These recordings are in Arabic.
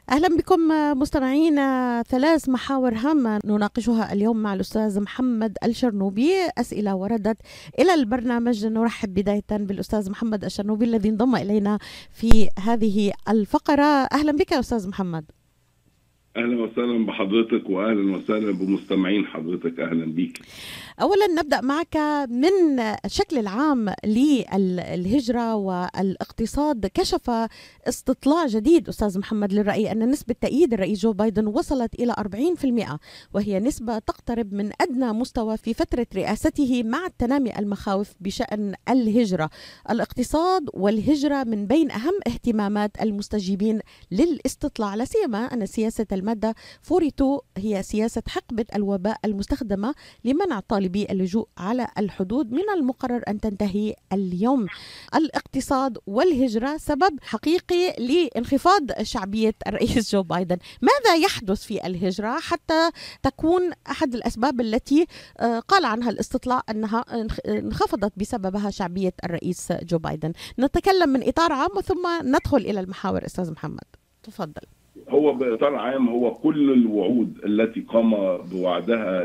أهلا بكم مستمعينا. ثلاث محاور هامة نناقشها اليوم مع الأستاذ محمد الشرنوبي. أسئلة وردت إلى البرنامج. نرحب بداية بالأستاذ محمد الشرنوبي الذي انضم إلينا في هذه الفقرة. أهلا بك أستاذ محمد. أهلا وسهلا بحضرتك وأهلا وسهلا بمستمعين حضرتك. أهلا بيك. أولا نبدأ معك من الشكل العام للهجرة والاقتصاد. كشف استطلاع جديد أستاذ محمد للرأي أن نسبة تأييد الرئيس جو بايدن وصلت إلى 40%، وهي نسبة تقترب من أدنى مستوى في فترة رئاسته، مع تنامي المخاوف بشأن الهجرة. الاقتصاد والهجرة من بين أهم اهتمامات المستجيبين للاستطلاع، لا سيما أن سياسة المادة 42 هي سياسة حقبة الوباء المستخدمة لمنع طالبي اللجوء على الحدود من المقرر أن تنتهي اليوم. الاقتصاد والهجرة سبب حقيقي لانخفاض شعبية الرئيس جو بايدن. ماذا يحدث في الهجرة حتى تكون أحد الأسباب التي قال عنها الاستطلاع أنها انخفضت بسببها شعبية الرئيس جو بايدن؟ نتكلم من إطار عام ثم ندخل إلى المحاور. أستاذ محمد تفضل. هو بإطار عام، هو كل الوعود التي قام بوعدها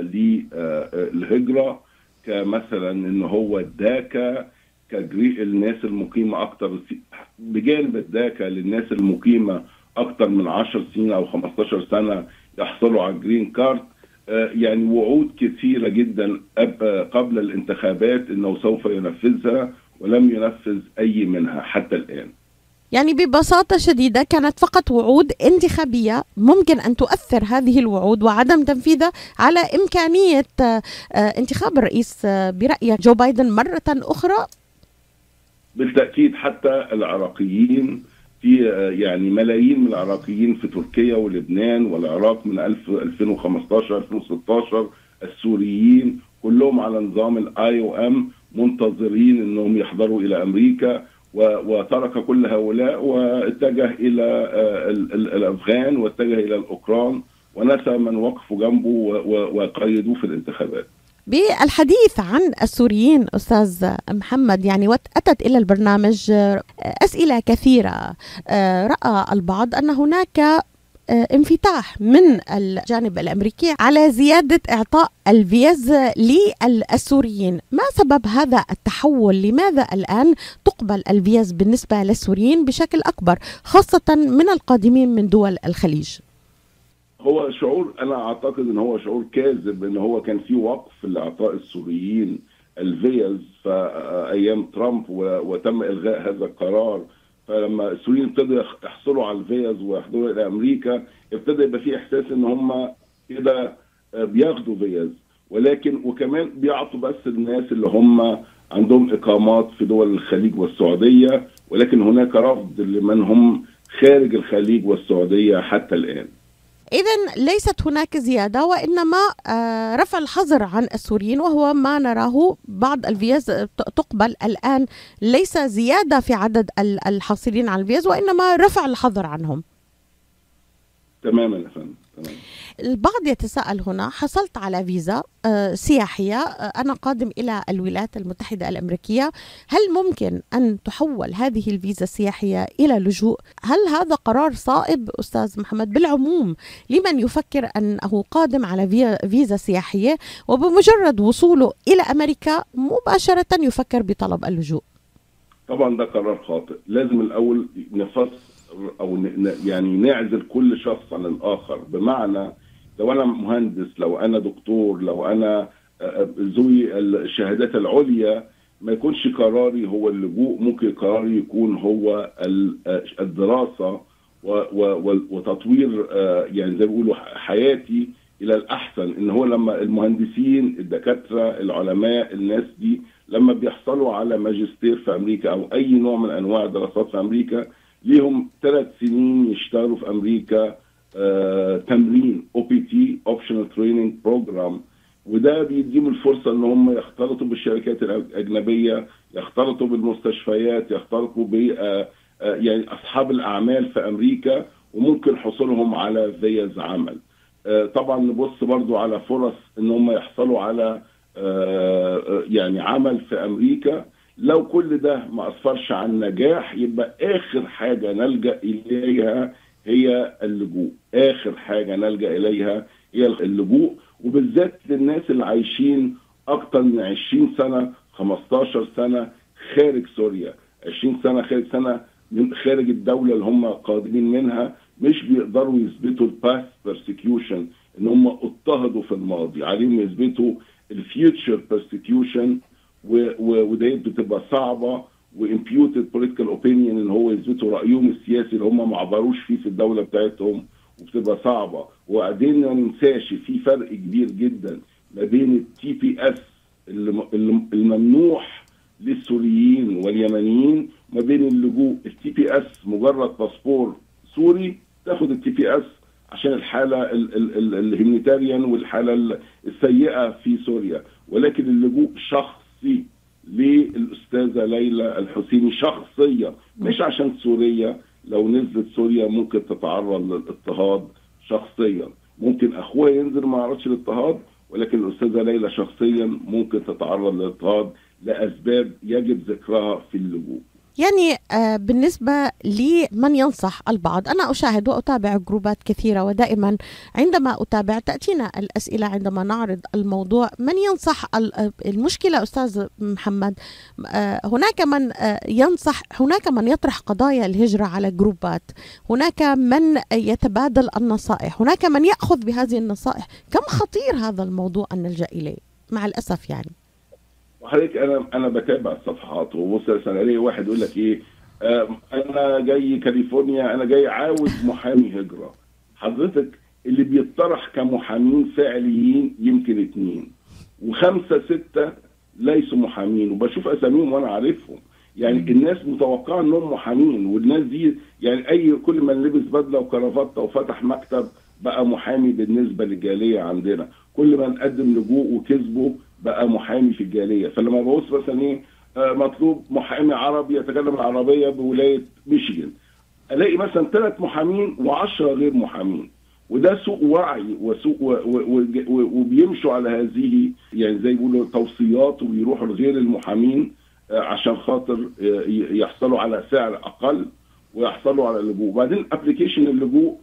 للهجرة، كمثلا ان هو الداكا كجري الناس المقيمة اكتر، بجانب الداكا للناس المقيمة اكتر من 10 سنين او 15 سنة يحصلوا على الجرين كارد. يعني وعود كثيرة جدا قبل الانتخابات انه سوف ينفذها، ولم ينفذ اي منها حتى الان. يعني ببساطة شديدة كانت فقط وعود انتخابية ممكن أن تؤثر هذه الوعود وعدم تنفيذها على إمكانية انتخاب الرئيس برأيك جو بايدن مرة أخرى؟ بالتأكيد. حتى العراقيين، في يعني ملايين من العراقيين في تركيا ولبنان والعراق من 2015 2016، السوريين كلهم على نظام IOM منتظرين أنهم يحضروا إلى أمريكا، وترك كل هؤلاء واتجه إلى الأفغان واتجه إلى الأوكران، ونسى من وقفوا جنبه وقيدوه في الانتخابات. بالحديث عن السوريين أستاذ محمد، يعني أتت إلى البرنامج أسئلة كثيرة. رأى البعض أن هناك انفتاح من الجانب الأمريكي على زيادة إعطاء الفيز للسوريين. ما سبب هذا التحول؟ لماذا الآن تقبل الفيز بالنسبة للسوريين بشكل أكبر، خاصة من القادمين من دول الخليج؟ هو شعور، أنا أعتقد أن هو شعور كاذب، أن هو كان في وقف لإعطاء السوريين الفيز في أيام ترامب وتم إلغاء هذا القرار. فلما السوريين ابتدوا يحصلوا على الفيز ويحضروا الى امريكا، ابتدى يبقى في احساس ان هم كده بياخدوا فيز، ولكن وكمان بيعطوا بس الناس اللي هم عندهم اقامات في دول الخليج والسعوديه، ولكن هناك رفض لمن هم خارج الخليج والسعوديه حتى الان. إذن ليست هناك زيادة، وإنما رفع الحظر عن السوريين، وهو ما نراه. بعض الفيز تقبل الآن، ليس زيادة في عدد الحاصلين على الفيز، وإنما رفع الحظر عنهم. تماما يا فندم، تماما. البعض يتساءل هنا: حصلت على فيزا سياحية، أنا قادم إلى الولايات المتحدة الأمريكية، هل ممكن أن تحول هذه الفيزا السياحية إلى لجوء؟ هل هذا قرار صائب أستاذ محمد بالعموم لمن يفكر أنه قادم على فيزا سياحية وبمجرد وصوله إلى أمريكا مباشرة يفكر بطلب اللجوء؟ طبعا ده قرار خاطئ. لازم الأول نفصل أو يعني نعزل كل شخص عن الآخر. بمعنى لو أنا مهندس، لو أنا دكتور، لو أنا ذوي الشهادات العليا، ما يكونش قراري هو اللجوء. ممكن قراري يكون هو الدراسة وتطوير، يعني زي ما بيقولوا حياتي إلى الأحسن. إن هو لما المهندسين، الدكاترة، العلماء، الناس دي لما بيحصلوا على ماجستير في أمريكا أو أي نوع من أنواع الدراسات في أمريكا، ليهم 3 سنين يشتغلوا في أمريكا تمرين OPT Optional Training Program، وده بيديهم الفرصة ان هم يختلطوا بالشركات الأجنبية، يختلطوا بالمستشفيات، يختلطوا ب يعني أصحاب الأعمال في أمريكا، وممكن حصولهم على فيز عمل. طبعا نبص برضو على فرص ان هم يحصلوا على يعني عمل في أمريكا. لو كل ده ما أسفرش عن نجاح، يبقى آخر حاجة نلجأ إليها هي اللجوء. آخر حاجة نلجأ إليها هي اللجوء، وبالذات للناس اللي عايشين أكتر من 20 سنة 15 سنة خارج سوريا، 20 سنة خارج الدولة اللي هم قادمين منها، مش بيقدروا يثبتوا الباست بيرسيكيوشن ان هم اضطهدوا في الماضي، عليهم يثبتوا الفيوتشر بيرسيكيوشن، ودي بتبقى صعبة، وامبيوتد بوليتيكال اوبينيون ان هو يثبتوا رايهم السياسي اللي هم ما عبروش فيه في الدوله بتاعتهم، وبتبقى صعبه. وبعدين ما ننساش في فرق كبير جدا ما بين التي بي اس الممنوح للسوريين واليمنيين ما بين اللجوء. التي بي اس مجرد باسبور سوري تاخد التي بي اس عشان الحاله الهيمنيتاريان والحاله السيئه في سوريا، ولكن اللجوء شخصي للأستاذة ليلى الحسيني شخصية، مش عشان سوريا. لو نزلت سوريا ممكن تتعرض للاضطهاد شخصيا، ممكن أخوها ينزل ما يعرضش الاضطهاد، ولكن الأستاذة ليلى شخصيا ممكن تتعرض للاضطهاد لأسباب يجب ذكرها في اللجوء. يعني بالنسبة لمن ينصح البعض، أنا أشاهد وأتابع جروبات كثيرة، ودائما عندما أتابع تأتينا الأسئلة عندما نعرض الموضوع. من ينصح المشكلة أستاذ محمد، هناك من ينصح، هناك من يطرح قضايا الهجرة على جروبات، هناك من يتبادل النصائح، هناك من يأخذ بهذه النصائح. كم خطير هذا الموضوع أن نلجأ إليه مع الأسف يعني؟ وحضرتك انا بتابع الصفحات، وبص الاقي واحد يقول لك ايه، انا جاي كاليفورنيا، انا جاي عاوز محامي هجره. حضرتك اللي بيطرح كمحامين فعليين يمكن 2 و5 6 ليسوا محامين، وبشوف اساميهم وانا عارفهم. يعني الناس متوقعه انهم محامين، والناس دي يعني كل من لبس بدله وكرافته وفتح مكتب بقى محامي بالنسبه للجاليه عندنا، كل من قدم لجوء وكسبه بقى محامي في الجاليه. فلما ببص مثلا ايه، مطلوب محامي عربي يتكلم العربيه بولايه ميشيغان، الاقي مثلا 3 محامين و10 غير محامين، وده سوء وعي وسوء وبيمشوا على هذه يعني زي بيقولوا توصيات، وبيروحوا لغير المحامين عشان خاطر يحصلوا على سعر اقل ويحصلوا على اللجوء. وبعدين ابلكيشن اللجوء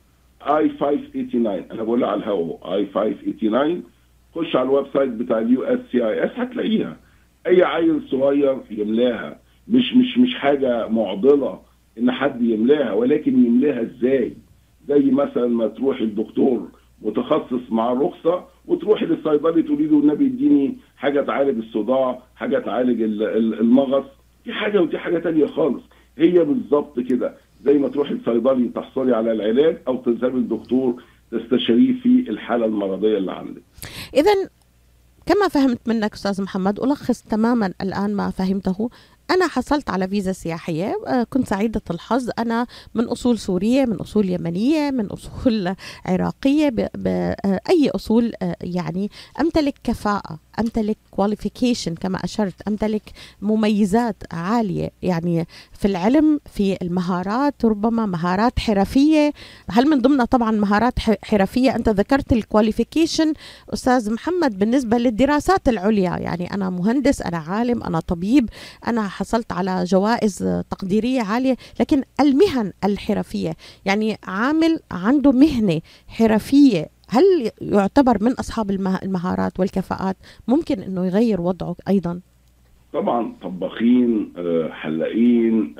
I-589، انا بقولها على الهواء I-589، خش على الويب سايت بتاع USCIS هتلاقيها. اي عيل صغير يملاها، مش حاجه معضله ان حد يملاها، ولكن يملاها ازاي؟ زي مثلا ما تروح الدكتور متخصص مع رخصه، وتروحي للصيدلي تقولي له النبي اديني حاجه تعالج الصداع، حاجه تعالج المغص، دي حاجه ودي حاجه ثانيه خالص. هي بالظبط كده زي ما تروحي الصيدلي تحصلي على العلاج، او تذهبي للدكتور تستشيريه في الحاله المرضيه اللي عندك. إذن كما فهمت منك أستاذ محمد، ألخص تماما الآن ما فهمته. أنا حصلت على فيزا سياحية، كنت سعيدة الحظ، أنا من أصول سورية، من أصول يمنية، من أصول عراقية، بأي أصول يعني أمتلك كفاءة، أمتلك qualification كما أشرت، أمتلك مميزات عالية يعني في العلم، في المهارات، ربما مهارات حرفية. هل من ضمنها طبعا مهارات حرفية؟ أنت ذكرت الكواليفيكيشن أستاذ محمد بالنسبة للدراسات العليا، يعني أنا مهندس، أنا عالم، أنا طبيب، أنا حصلت على جوائز تقديرية عالية. لكن المهن الحرفية، يعني عامل عنده مهنة حرفية، هل يعتبر من أصحاب المهارات والكفاءات ممكن أنه يغير وضعه أيضا؟ طبعا طباخين، حلاقين،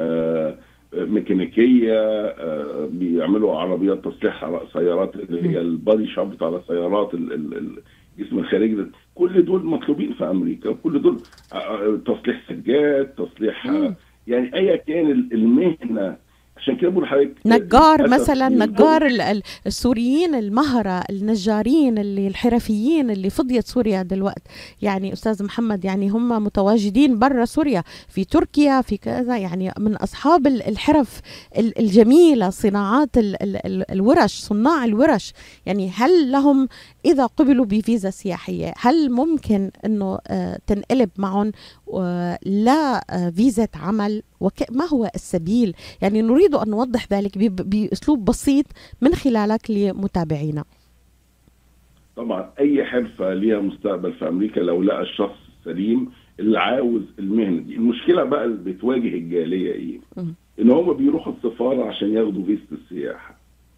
ميكانيكية، بيعملوا عربيات تصليح سيارات اللي هي البادي شوب بتاع السيارات، الجسم الخارجي، كل دول مطلوبين في أمريكا. كل دول تصليح سجاد، تصليح يعني أي كان المهنة. عشان كده بقول لحضرتك نجار مثلا، نجار السوريين المهرة، النجارين اللي الحرفيين اللي فضيت سوريا دلوقتي، يعني أستاذ محمد يعني هم متواجدين برا سوريا، في تركيا، في كذا، يعني من أصحاب الحرف الجميلة، صناعات الورش، صناع الورش. يعني هل لهم إذا قبلوا بفيزا سياحية هل ممكن أنه تنقلب معهم لا فيزا عمل؟ وما هو السبيل؟ يعني نريد أن نوضح ذلك بأسلوب بسيط من خلالك لمتابعينا. طبعا أي حرفة ليها مستقبل في أمريكا لو لقى الشخص السليم اللي عاوز المهنة دي. المشكلة بقى اللي بتواجه الجالية إيه؟ إن هم بيروحوا السفارة عشان ياخدوا فيزا السياحة،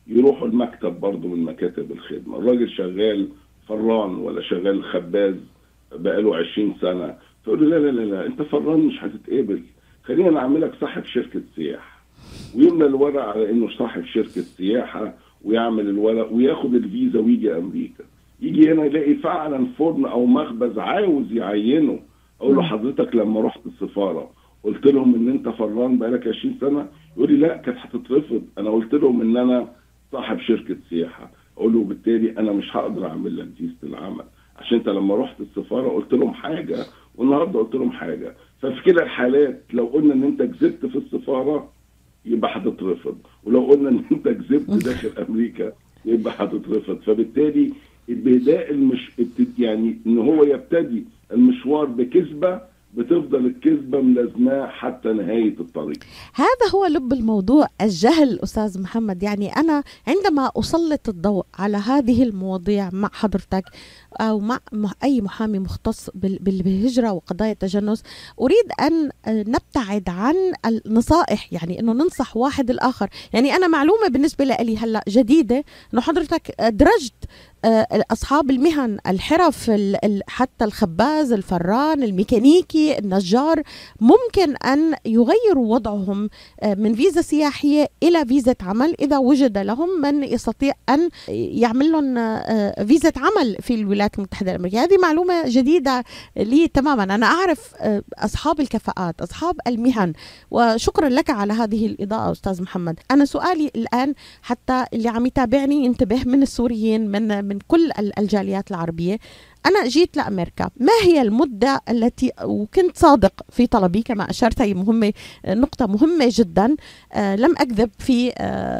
يروحوا المكتب برضه من مكاتب الخدمه. الراجل شغال فران ولا شغال خباز بقاله 20 سنه، تقول له لا لا لا لا انت فران مش هتتقبل، خلينا نعملك صاحب شركه سياحه، ويملى الورق على انه صاحب شركه سياحه، ويعمل الورق وياخد الفيزا ويجي امريكا. يجي هنا يلاقي فعلا فرن او مخبز عاوز يعينه، اقول له حضرتك لما رحت السفاره قلت لهم ان انت فران بقالك 20 سنه؟ يقول لي لا كانت هتترفض، انا قلت لهم ان انا صاحب شركه سياحه. اقول له بالتالي انا مش هقدر اعمل لك فيزا العمل، عشان انت لما رحت السفاره قلت لهم حاجه والنهارده قلت لهم حاجه. ففي كلا الحالات لو قلنا ان انت كذبت في السفاره يبقى هتترفض، ولو قلنا ان انت كذبت داخل امريكا يبقى هتترفض. فبالتالي البداء يعني ان هو يبتدي المشوار بكذبه، بتفضل الكذبه ملازماه حتى نهايه الطريق. هذا هو لب الموضوع، الجهل أستاذ محمد. يعني أنا عندما أسلط الضوء على هذه المواضيع مع حضرتك أو مع أي محامي مختص بالهجرة وقضايا التجنس، أريد أن نبتعد عن النصائح، يعني أنه ننصح واحد الآخر. يعني أنا معلومة بالنسبة لي هلأ جديدة أنه حضرتك درجت أصحاب المهن، الحرف، حتى الخباز، الفران، الميكانيكي، النجار، ممكن أن يغيروا وضعهم من فيزا سياحية إلى فيزا عمل إذا وجد لهم من يستطيع أن يعمل لهم فيزا عمل في الولايات المتحدة الأمريكية. هذه معلومة جديدة لي تماما. أنا أعرف أصحاب الكفاءات، أصحاب المهن، وشكرا لك على هذه الإضاءة أستاذ محمد. أنا سؤالي الآن حتى اللي عم يتابعني ينتبه، من السوريين، من كل الجاليات العربية. أنا جيت لأمريكا، ما هي المدة التي، وكنت صادق في طلبي كما أشرت، هي مهمة، نقطة مهمة جدا، لم أكذب في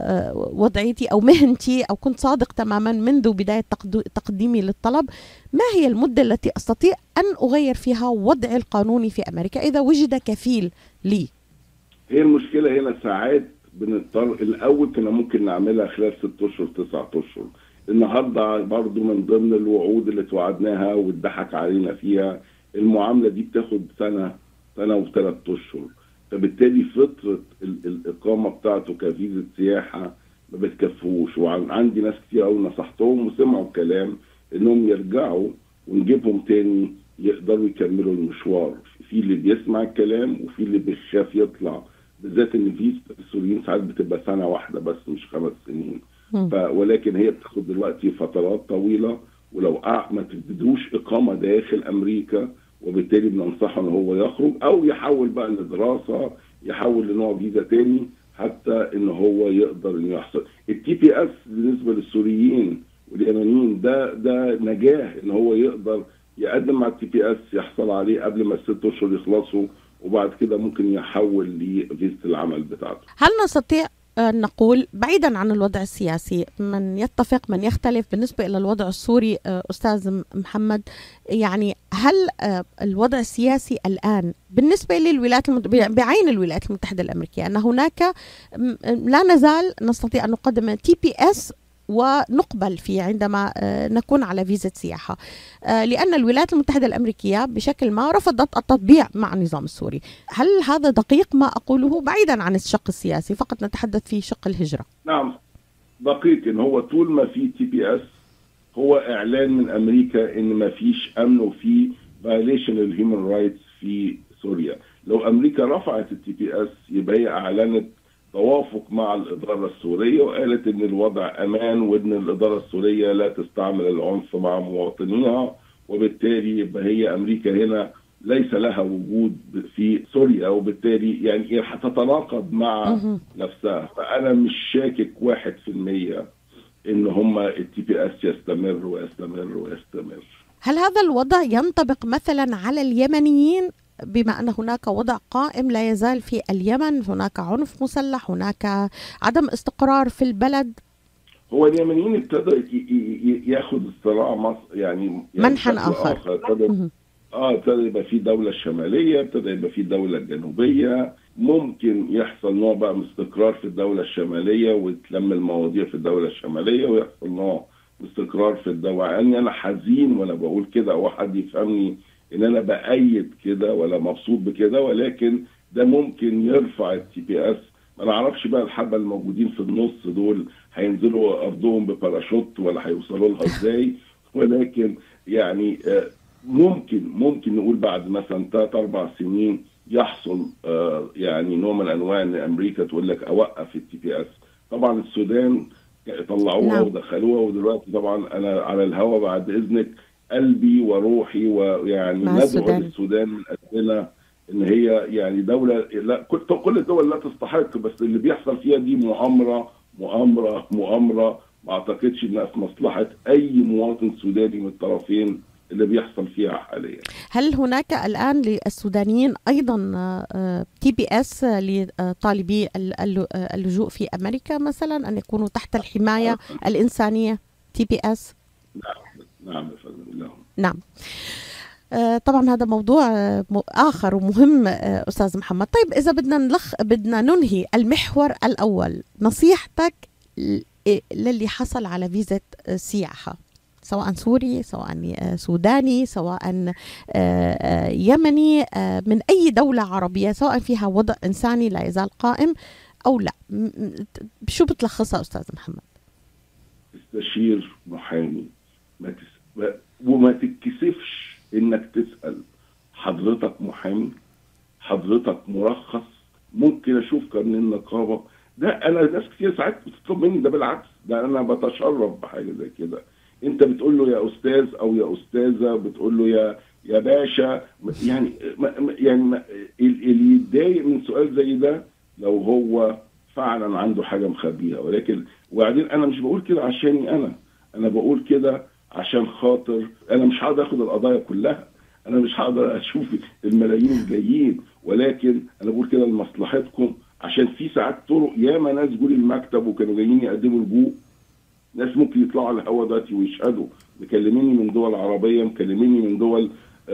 وضعيتي أو مهنتي، أو كنت صادق تماما منذ بداية تقديمي للطلب. ما هي المدة التي أستطيع أن أغير فيها وضعي القانوني في أمريكا إذا وجد كفيل لي؟ هي المشكلة هنا ساعات بنضطر، الأول كنا ممكن نعملها خلال 6 أشهر 9 أشهر. النهارده برضو من ضمن الوعود اللي توعدناها واتضحك علينا فيها، المعامله دي بتاخد سنه و3 اشهر. فبالتالي فتره الاقامه بتاعته كفيزا سياحه ما بتكفوش. وعندي ناس كتير قوي نصحتهم وسمعوا الكلام انهم يرجعوا ونجيبهم تاني يقدروا يكملوا المشوار. في اللي بيسمع الكلام وفي اللي بيخاف يطلع، بالذات ان فيزا السوريين ساعات بتبقى سنه واحده بس مش 5 سنين. ولكن هي بتاخد دلوقتي فترات طويله، ولو ما تبدوش اقامه داخل امريكا، وبالتالي بننصحه ان هو يخرج او يحول بقى لدراسه، يحول لنوع فيزا تاني حتى ان هو يقدر انه يحصل. التي بي اس بالنسبه للسوريين واليمنيين ده نجاح، ان هو يقدر يقدم على التي بي اس يحصل عليه قبل ما ال6 اشهر يخلصوا، وبعد كده ممكن يحول لفيزا العمل بتاعته. هل نستطيع نقول بعيدا عن الوضع السياسي، من يتفق من يختلف بالنسبة إلى الوضع السوري أستاذ محمد، يعني هل الوضع السياسي الآن بالنسبة للولايات بعين الولايات المتحدة الأمريكية أن هناك لا نزال نستطيع أن نقدم تي بي اس ونقبل فيه عندما نكون على فيزا سياحة، لأن الولايات المتحدة الأمريكية بشكل ما رفضت التطبيع مع النظام السوري؟ هل هذا دقيق ما أقوله بعيدا عن الشق السياسي، فقط نتحدث في شق الهجرة؟ نعم دقيق. إن هو طول ما في تي بي اس هو إعلان من أمريكا إن ما فيش أمن وفي violation الهيومن رايتس في سوريا. لو أمريكا رفعت التي بي اس يبقى هي أعلنت توافق مع الإدارة السورية، وقالت إن الوضع أمان، وإن الإدارة السورية لا تستعمل العنف مع مواطنيها، وبالتالي يبقى هي أمريكا هنا ليس لها وجود في سوريا، وبالتالي يعني هتتناقض مع نفسها. فأنا مش شاكك 1% إن هما التي بي اس يستمر ويستمر ويستمر. هل هذا الوضع ينطبق مثلا على اليمنيين، بما أن هناك وضع قائم لا يزال في اليمن، هناك عنف مسلح، هناك عدم استقرار في البلد؟ هو اليمنيين ابتدى ياخد الصراع مصر يعني منحى آخر. ابتدى يبقى في دولة شمالية، ابتدى يبقى في دولة جنوبية، ممكن يحصل نوع بقى من استقرار في الدولة الشمالية وتلم المواضيع في الدولة الشمالية، ويحصل نوع من استقرار في الدولة. يعني أنا حزين وأنا بقول كده، أو حد يفهمني ان انا بأيد كده ولا مبسوط بكده، ولكن ده ممكن يرفع التي بي اس. ما نعرفش بقى الحبة الموجودين في النص دول هينزلوا ارضهم بباراشوت ولا هيوصلوا لها ازاي. ولكن يعني ممكن نقول بعد مثلا 3-4 سنين يحصل يعني نوع من انواع ان امريكا تقول لك اوقف التي بي اس. طبعا السودان طلعوها ودخلوها، ودلوقتي طبعا انا على الهوا بعد اذنك قلبي وروحي ويعني ندعو للسودان من اجلنا ان هي يعني دوله، لا كل الدول لا تستحق، بس اللي بيحصل فيها دي مؤامره ما اعتقدش انها في مصلحه اي مواطن سوداني من الطرفين اللي بيحصل فيها حاليا. هل هناك الآن للسودانيين أيضا تي بي اس لطالبي اللجوء في أمريكا مثلا أن يكونوا تحت الحماية الإنسانية تي بي اس؟ نعم يا فندم. نعم. طبعا هذا موضوع آخر ومهم أستاذ محمد. طيب إذا بدنا ننهي المحور الأول، نصيحتك للي حصل على فيزا سياحة، سواء سوري سواء سوداني سواء يمني من أي دولة عربية، سواء فيها وضع إنساني لا يزال قائم أو لا، شو بتلخصها أستاذ محمد؟ استشير محامي، وما تتكسفش إنك تسأل حضرتك محامي، حضرتك مرخص، ممكن أشوف كارنيه النقابة. ده أنا ناس كتير ساعات بتطلب مني ده، بالعكس ده أنا بتشرف بحاجة زي كده. انت بتقول له يا استاذ او يا استاذه، بتقول له يا باشا، يعني اللي يتضايق من سؤال زي ده لو هو فعلا عنده حاجه مخبيها. ولكن وبعدين انا مش بقول كده عشاني انا بقول كده عشان خاطر انا مش هقدر اخد القضايا كلها، انا مش هقدر اشوف الملايين الجايين، ولكن انا بقول كده لمصلحتكم، عشان في ساعات طرق ياما ناس جولي المكتب وكانوا جايين يقدموا لجوء، ناس ممكن يطلعوا على الهوا دلوقتي ويشهدوا، مكلميني من دول عربيه، مكلميني من دول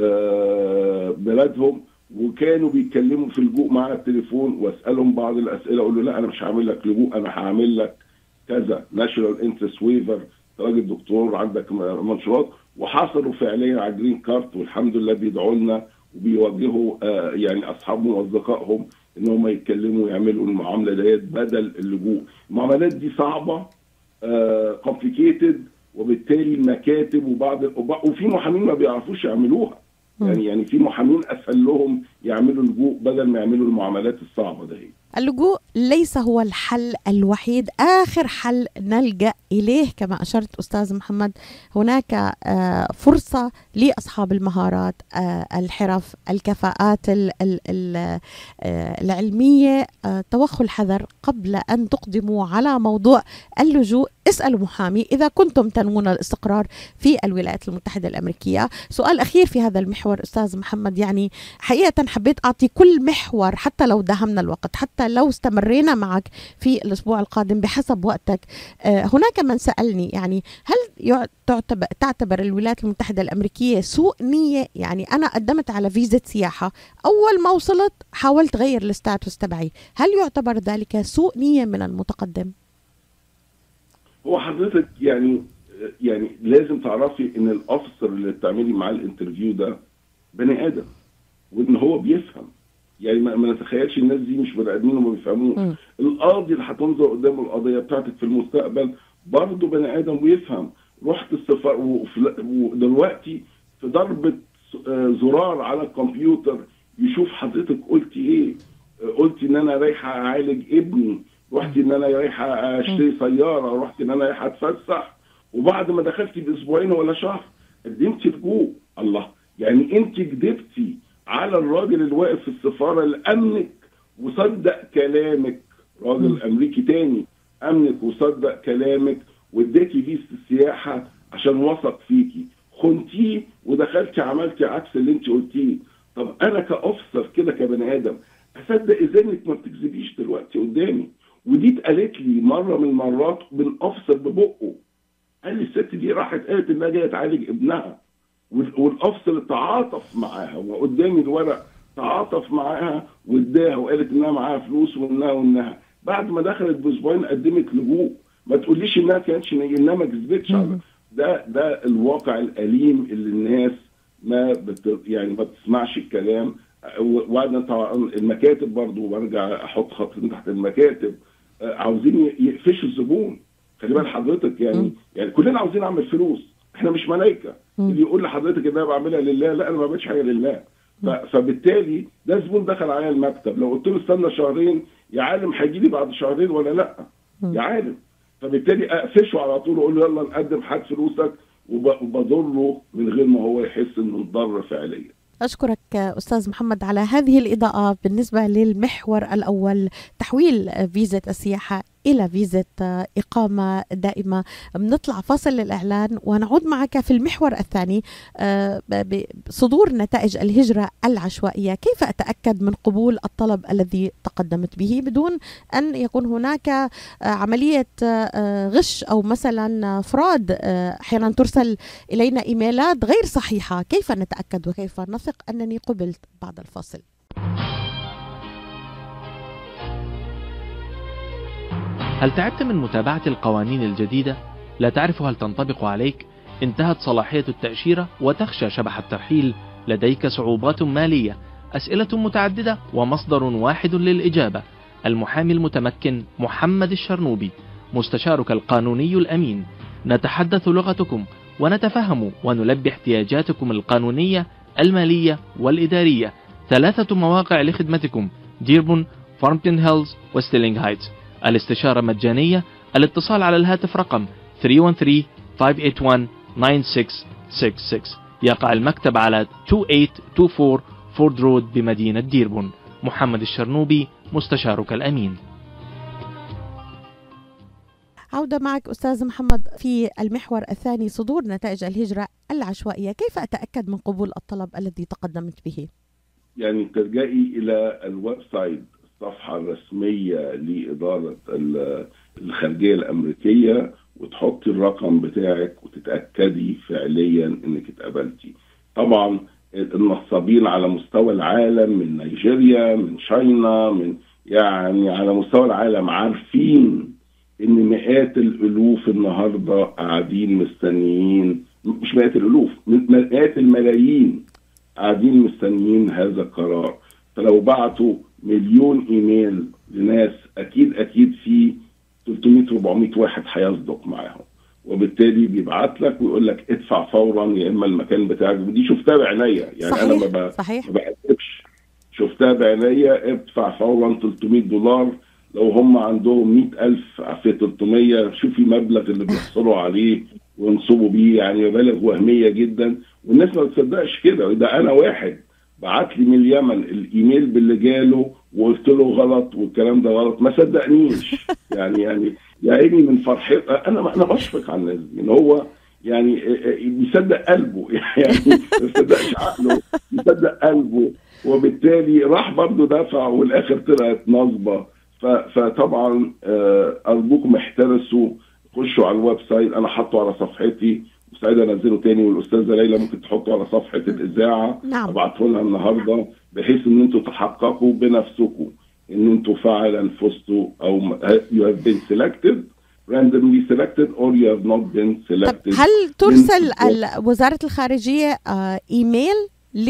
بلادهم، وكانوا بيتكلموا في اللجوء معايا على التليفون، واسالهم بعض الاسئله اقول له لا انا مش هعمل لك لجوء، انا هعمل لك كذا ناشونال انترست ويفر، راجل دكتور عندك منشورات، وحصلوا فعليا على جرين كارت، والحمد لله بيدعوا لنا وبيوجهوا يعني اصحابهم واصدقائهم ان هم يتكلموا ويعملوا المعامله ديت بدل اللجوء. المعاملات دي صعبه complicated، وبالتالي المكاتب وفي محامين ما بيعرفوش يعملوها، يعني في محامين اسهل لهم يعملوا لجوء بدل ما يعملوا المعاملات الصعبه دي. اللجوء ليس هو الحل الوحيد، آخر حل نلجأ إليه كما أشرت أستاذ محمد. هناك فرصة لأصحاب المهارات، الحرف، الكفاءات العلمية، توخوا الحذر قبل أن تقدموا على موضوع اللجوء. اسألوا محامي إذا كنتم تنوون الاستقرار في الولايات المتحدة الأمريكية. سؤال أخير في هذا المحور أستاذ محمد، يعني حقيقة حبيت أعطي كل محور حتى لو داهمنا الوقت، حتى لو استمرينا معك في الأسبوع القادم بحسب وقتك. هناك من سألني يعني هل تعتبر الولايات المتحدة الأمريكية سوء نية؟ يعني أنا قدمت على فيزا سياحة، أول ما وصلت حاولت غير الستاتوس تبعي، هل يعتبر ذلك سوء نية من المتقدم؟ هو حضرتك يعني لازم تعرفي ان الافسر اللي بتعملي معاه الانترفيو ده بني ادم، وان هو بيفهم، يعني ما نتخيلش الناس دي مش بني ادمين وما بيفهموش. القاضي اللي هتنظر قدام القضيه بتاعتك في المستقبل برضه بني ادم ويفهم. رحت السفاره ودلوقتي في ضربه زرار على الكمبيوتر يشوف حضرتك قلتي ايه. قلتي ان انا رايحه اعالج ابني، رحت ان انا رايحه اشتري سياره، رحت ان انا رايحه اتفسح، وبعد ما دخلتي باسبوعين ولا شهر قدمتي لجوء. الله، يعني انت كدبتي على الراجل اللي واقف في السفاره اللي امنك وصدق كلامك، راجل امريكي تاني امنك وصدق كلامك واداكي فيزا السياحه عشان وثق فيكي، خنتيه ودخلتي عملتي عكس اللي انت قلتيه. طب انا كأفسر كده كبني ادم اصدق ازاي انك ما بتكذبيش دلوقتي قدامي؟ ودي اتقالت لي مره من المرات من افسر ببقه، قال لي الست دي راحت قالت انها جايه تعالج ابنها، والافسر تعاطف معاها وقدامي الورق تعاطف معاها واداها وقالت انها معاها فلوس وانها بعد ما دخلت باسبوعين قدمت لجوء. ما تقوليش انها كانتش انها ما كذبتش. ده الواقع الاليم اللي الناس ما بتسمعش الكلام. وبعدين طبعا المكاتب برضو برجع احط خط تحت المكاتب، عاوزين يقفشوا الزبون. خلي بال حضرتك، يعني كلنا عاوزين نعمل فلوس، احنا مش ملايكه. اللي يقول لحضرتك ان انا بعملها لله، لا انا ما بعملش حاجه لله. فبالتالي ده زبون دخل عليا المكتب، لو قلت له استنى شهرين يا عالم هيجي لي بعد شهرين ولا لا يا عالم، فبالتالي اقفشه على طول واقول له يلا نقدم حد فلوسك، وبضره من غير ما هو يحس انه اتضر فعليا. أشكرك أستاذ محمد على هذه الإضاءة بالنسبة للمحور الأول، تحويل فيزا السياحة إلى فيزا إقامة دائمة. بنطلع فاصل للإعلان ونعود معك في المحور الثاني، بصدور نتائج الهجرة العشوائية. كيف أتأكد من قبول الطلب الذي تقدمت به بدون أن يكون هناك عملية غش أو مثلا فراد؟ أحيانا ترسل إلينا إيميلات غير صحيحة. كيف نتأكد وكيف نثق أنني قبلت؟ بعد الفاصل. هل تعبت من متابعة القوانين الجديدة؟ لا تعرف هل تنطبق عليك؟ انتهت صلاحية التأشيرة وتخشى شبح الترحيل؟ لديك صعوبات مالية؟ أسئلة متعددة ومصدر واحد للإجابة. المحامي المتمكن محمد الشرنوبي، مستشارك القانوني الأمين. نتحدث لغتكم ونتفهم ونلبي احتياجاتكم القانونية، المالية والإدارية. 3 مواقع لخدمتكم: ديربون، فارمتون هيلز وستيلينغ هايتس. الاستشارة مجانية. الاتصال على الهاتف رقم 313-581-9666. يقع المكتب على 2824 فورد رود بمدينة ديربون. محمد الشرنوبي، مستشارك الأمين. عودة معك أستاذ محمد في المحور الثاني، صدور نتائج الهجرة العشوائية. كيف أتأكد من قبول الطلب الذي تقدمت به؟ يعني تلجئي إلى الويب سايت، الصفحة الرسمية لإدارة الخارجية الأمريكية، وتحطي الرقم بتاعك وتتأكدي فعليا إنك اتقبلتي. طبعا النصابين على مستوى العالم، من نيجيريا، من شاينا، من يعني على مستوى العالم، عارفين إن مئات الألوف النهاردة قاعدين مستنيين، مش مئات الألوف، مئات الملايين قاعدين مستنيين هذا القرار. فلو بعتوا مليون ايميل لناس، اكيد في 300-400 واحد هيصدق معاهم، وبالتالي بيبعت لك ويقول لك ادفع فورا يا اما المكان بتاعك. ودي شفتها بعينيا، يعني صحيح. انا ما بكذبش، شفتها بعينيا. ادفع فورا $300. لو هم عندهم 100,000 في 300، شوفي مبلغ اللي بيحصلوا عليه وينصبوا بيه، يعني مبالغ وهميه جدا، والناس ما بتصدقش كده. ده انا واحد بعت لي من اليمن الايميل باللي جاله وقلت له غلط والكلام ده غلط، ما صدقنيش. يعني يا عيني من فرحتي انا بشفق على الناس دي، ان هو يعني بيصدق قلبه، يعني ما بيصدقش عقله، بيصدق قلبه، وبالتالي راح برضه دفع والاخر طلعت نصبه. فطبعا ارجوكم احترسوا، خشوا على الويب سايت، انا حاطه على صفحتي، سعيد انزله تاني، والاستاذه ليلى ممكن تحطه على صفحه الاذاعه. نعم. ابعته لها النهارده، بحيث ان انتوا تحققوا بنفسكم ان انتوا فعلا فزتوا، او you have been selected, randomly selected, or you have not been selected. هل ترسل وزاره الخارجيه ايميل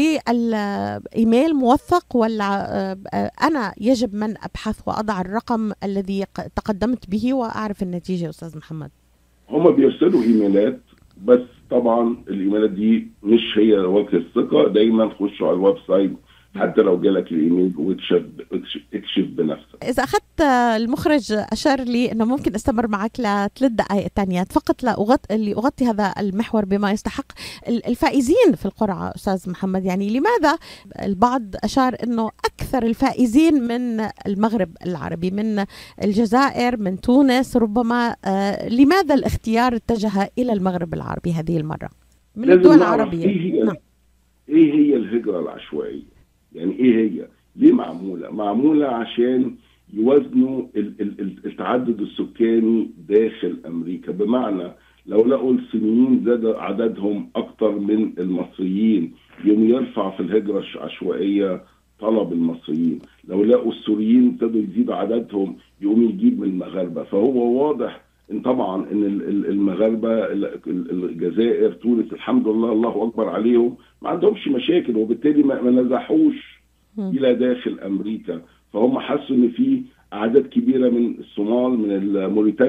للايميل موثق، ولا انا يجب من ابحث واضع الرقم الذي تقدمت به واعرف النتيجه؟ استاذ محمد، هم بيرسلوا ايميلات، بس طبعا الايميلات دي مش هي وجه الثقه. دايما خشوا على الويب سايت، حتى لو جالك الايميل واكشف بنفسك. اذا اخذت المخرج اشار لي انه ممكن استمر معك ل3 دقائق ثانيه فقط لاغطي هذا المحور بما يستحق. الفائزين في القرعه استاذ محمد، يعني لماذا البعض اشار انه اكثر الفائزين من المغرب العربي، من الجزائر، من تونس ربما، لماذا الاختيار اتجه الى المغرب العربي هذه المره من الدول العربية؟ ايه هي الهجره العشوائيه؟ يعني ايه هي؟ ليه معموله عشان يوازنوا التعدد السكاني داخل امريكا. بمعنى لو لقوا الصينيين زاد عددهم اكتر من المصريين، يوم يرفع في الهجره العشوائيه طلب المصريين. لو لقوا السوريين ابتدوا يزيد عددهم، يقوم يجيب من المغاربه. فهو واضح ان طبعا ان المغاربه، الجزائر، تونس، الحمد لله الله اكبر عليهم، ما عندهمش مشاكل، وبالتالي ما نزحوش الى داخل امريكا. فهم حسوا ان في اعداد كبيره من الصومال، من موريتانيا،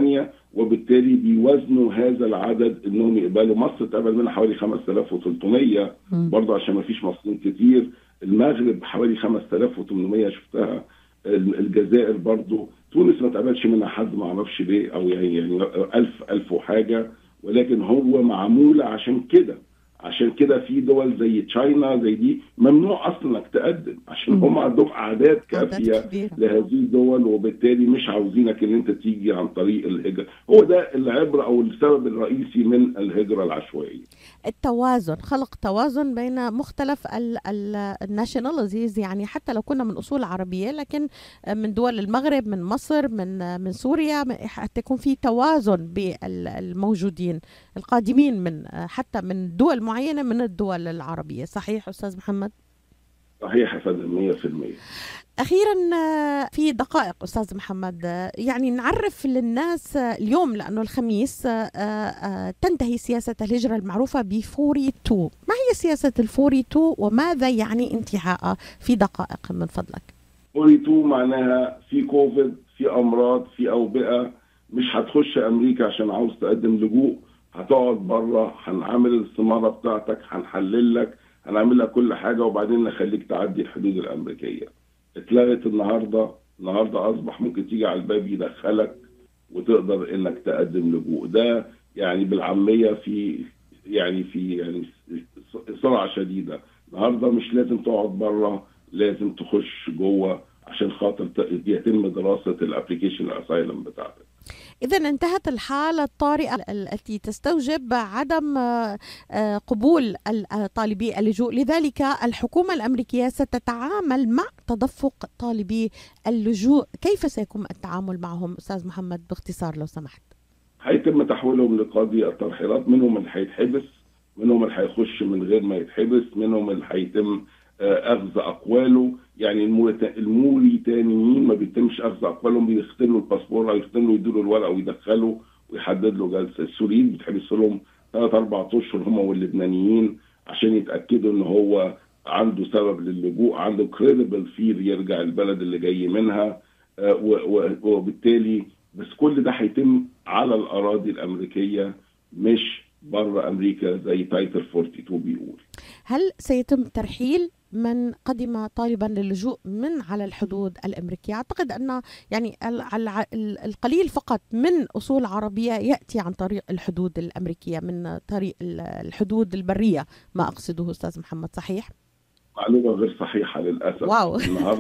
وبالتالي بيوزنوا هذا العدد انهم يقبلوا. مصر تقبل منها حوالي 5300 برضه عشان ما فيش مصريين كتير. المغرب حوالي 5800 شفتها. الجزائر برضه. تونس ما تقبلش منها حد، ما اعرفش ليه، او يعني 1000 وحاجه، ولكن هو معموله عشان كده في دول زي تشاينا زي دي ممنوع اصلا انك تقدم، عشان هم عندهم اعداد كافيه لهذه الدول، وبالتالي مش عاوزينك ان انت تيجي عن طريق الهجره. هو ده العبره او السبب الرئيسي من الهجره العشوائيه. التوازن، خلق توازن بين مختلف الناشوناليزيز، يعني حتى لو كنا من اصول عربيه لكن من دول المغرب، من مصر، من سوريا، حتى يكون في توازن بالموجودين القادمين من حتى من دول معينه من الدول العربيه. صحيح استاذ محمد؟ صحيح يا فندم 100%. أخيرا في دقائق أستاذ محمد، يعني نعرف للناس اليوم لأنه الخميس تنتهي سياسة الهجرة المعروفة ب 42. ما هي سياسة ال 42 وماذا يعني انتهاءها في دقائق من فضلك؟ 42 معناها في كوفيد، في أمراض، في أوبئة، مش هتخش أمريكا عشان عاوز تقدم لجوء، هتقعد بره، هنعمل الاستمارة بتاعتك، هنحلل لك، هنعمل لك كل حاجة، وبعدين نخليك تعدي الحدود الأمريكية. اتلغت النهارده اصبح ممكن تيجي على الباب يدخلك وتقدر انك تقدم لجوء. ده يعني بالعاميه في سرعه شديده. النهارده مش لازم تقعد بره، لازم تخش جوه عشان خاطر يتم دراسه الابلكيشن الاسايلم بتاعتك. إذا انتهت الحالة الطارئة التي تستوجب عدم قبول طالبي اللجوء، لذلك الحكومة الأمريكية ستتعامل مع تدفق طالبي اللجوء. كيف سيكون التعامل معهم أستاذ محمد باختصار لو سمحت؟ هيتم تحويلهم لقاضي الترحيلات، منهم اللي هيتحبس، منهم اللي هيخش من غير ما يتحبس، منهم اللي هيتم اخذ اقواله. يعني الموريتانيين ما بيتمش اخذ اقوالهم، بيختلوا الباسبور او يختلوا يدوا الورقه ويدخلوا ويحدد له جلسه. السوريين بيتحبس لهم 3-4 اشهر هم واللبنانيين عشان يتاكدوا ان هو عنده سبب للجوء، عنده كريديبل فير يرجع البلد اللي جاي منها، وبالتالي بس كل ده هيتم على الاراضي الامريكيه مش بره امريكا زي تايتل 42 بيقول. هل سيتم ترحيل من قدم طالبا للجوء من على الحدود الأمريكية؟ أعتقد أن يعني القليل فقط من أصول عربية يأتي عن طريق الحدود الأمريكية، من طريق الحدود البرية، ما أقصده أستاذ محمد. صحيح؟ معلومة غير صحيحة للأسف. واو.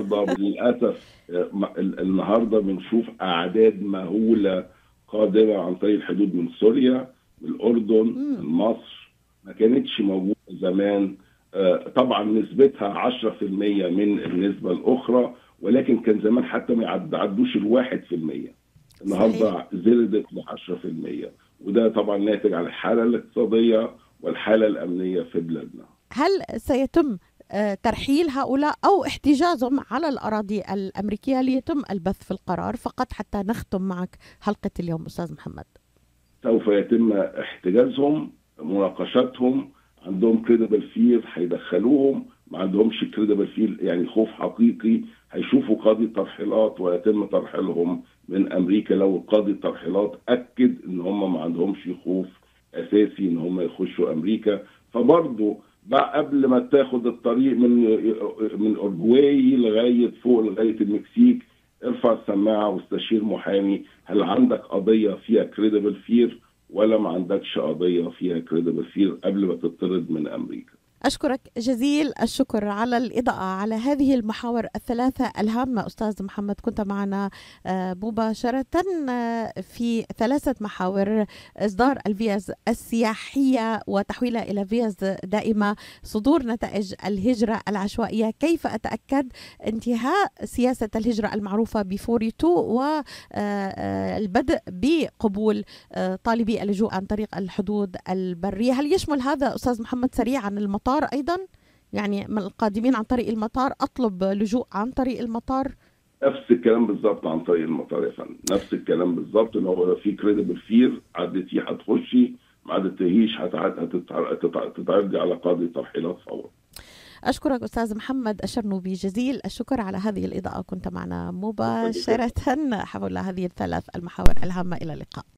النهاردة بنشوف أعداد مهولة قادمة عن طريق الحدود من سوريا، من الأردن، من مصر، ما كانتش موجودة زمان. طبعا نسبتها 10% من النسبة الأخرى، ولكن كان زمان حتى ما يعدوش 1%. النهاردة زادت ل10%، وده طبعا ناتج عن الحالة الاقتصادية والحالة الأمنية في بلادنا. هل سيتم ترحيل هؤلاء أو احتجازهم على الأراضي الأمريكية ليتم البث في القرار فقط حتى نختم معك حلقة اليوم أستاذ محمد؟ سوف يتم احتجازهم، مناقشتهم، عندهم كريديبل فير هيدخلوهم، ما عندهمش كريديبل فير يعني خوف حقيقي هيشوفوا قاضي الترحيلات ويتم ترحيلهم من امريكا لو قاضي الترحيلات اكد ان هم ما عندهمش خوف اساسي ان هم يخشوا امريكا. فبرضه بقى قبل ما تاخد الطريق من اورجواي لغايه فوق لغايه المكسيك، ارفع السماعه واستشير محامي، هل عندك قضيه فيها كريديبل فير ولا ما عندكش قضية فيها كريديبل فير قبل ما تطرد من أمريكا. أشكرك جزيل الشكر على الإضاءة على هذه المحاور الثلاثة الهامة أستاذ محمد. كنت معنا مباشرة في 3 محاور: إصدار الفيز السياحية وتحويلها إلى فيز دائمة، صدور نتائج الهجرة العشوائية، كيف أتأكد انتهاء سياسة الهجرة المعروفة ب 42، والبدء بقبول طالبي اللجوء عن طريق الحدود البرية. هل يشمل هذا أستاذ محمد سريعا المطار أيضا؟ يعني من القادمين عن طريق المطار أطلب لجوء عن طريق المطار؟ نفس الكلام بالظبط عن طريق المطار يا فندم، نفس الكلام بالظبط. ان هو في كريديبل فير عدتيه هتخشي، ما عدتهيش هتتعرضي على قاضي ترحيلات فورا. أشكرك أستاذ محمد الشرنوبي جزيل الشكر على هذه الإضاءة. كنت معنا مباشرة حول هذه ال3 المحاور الهامة. إلى اللقاء.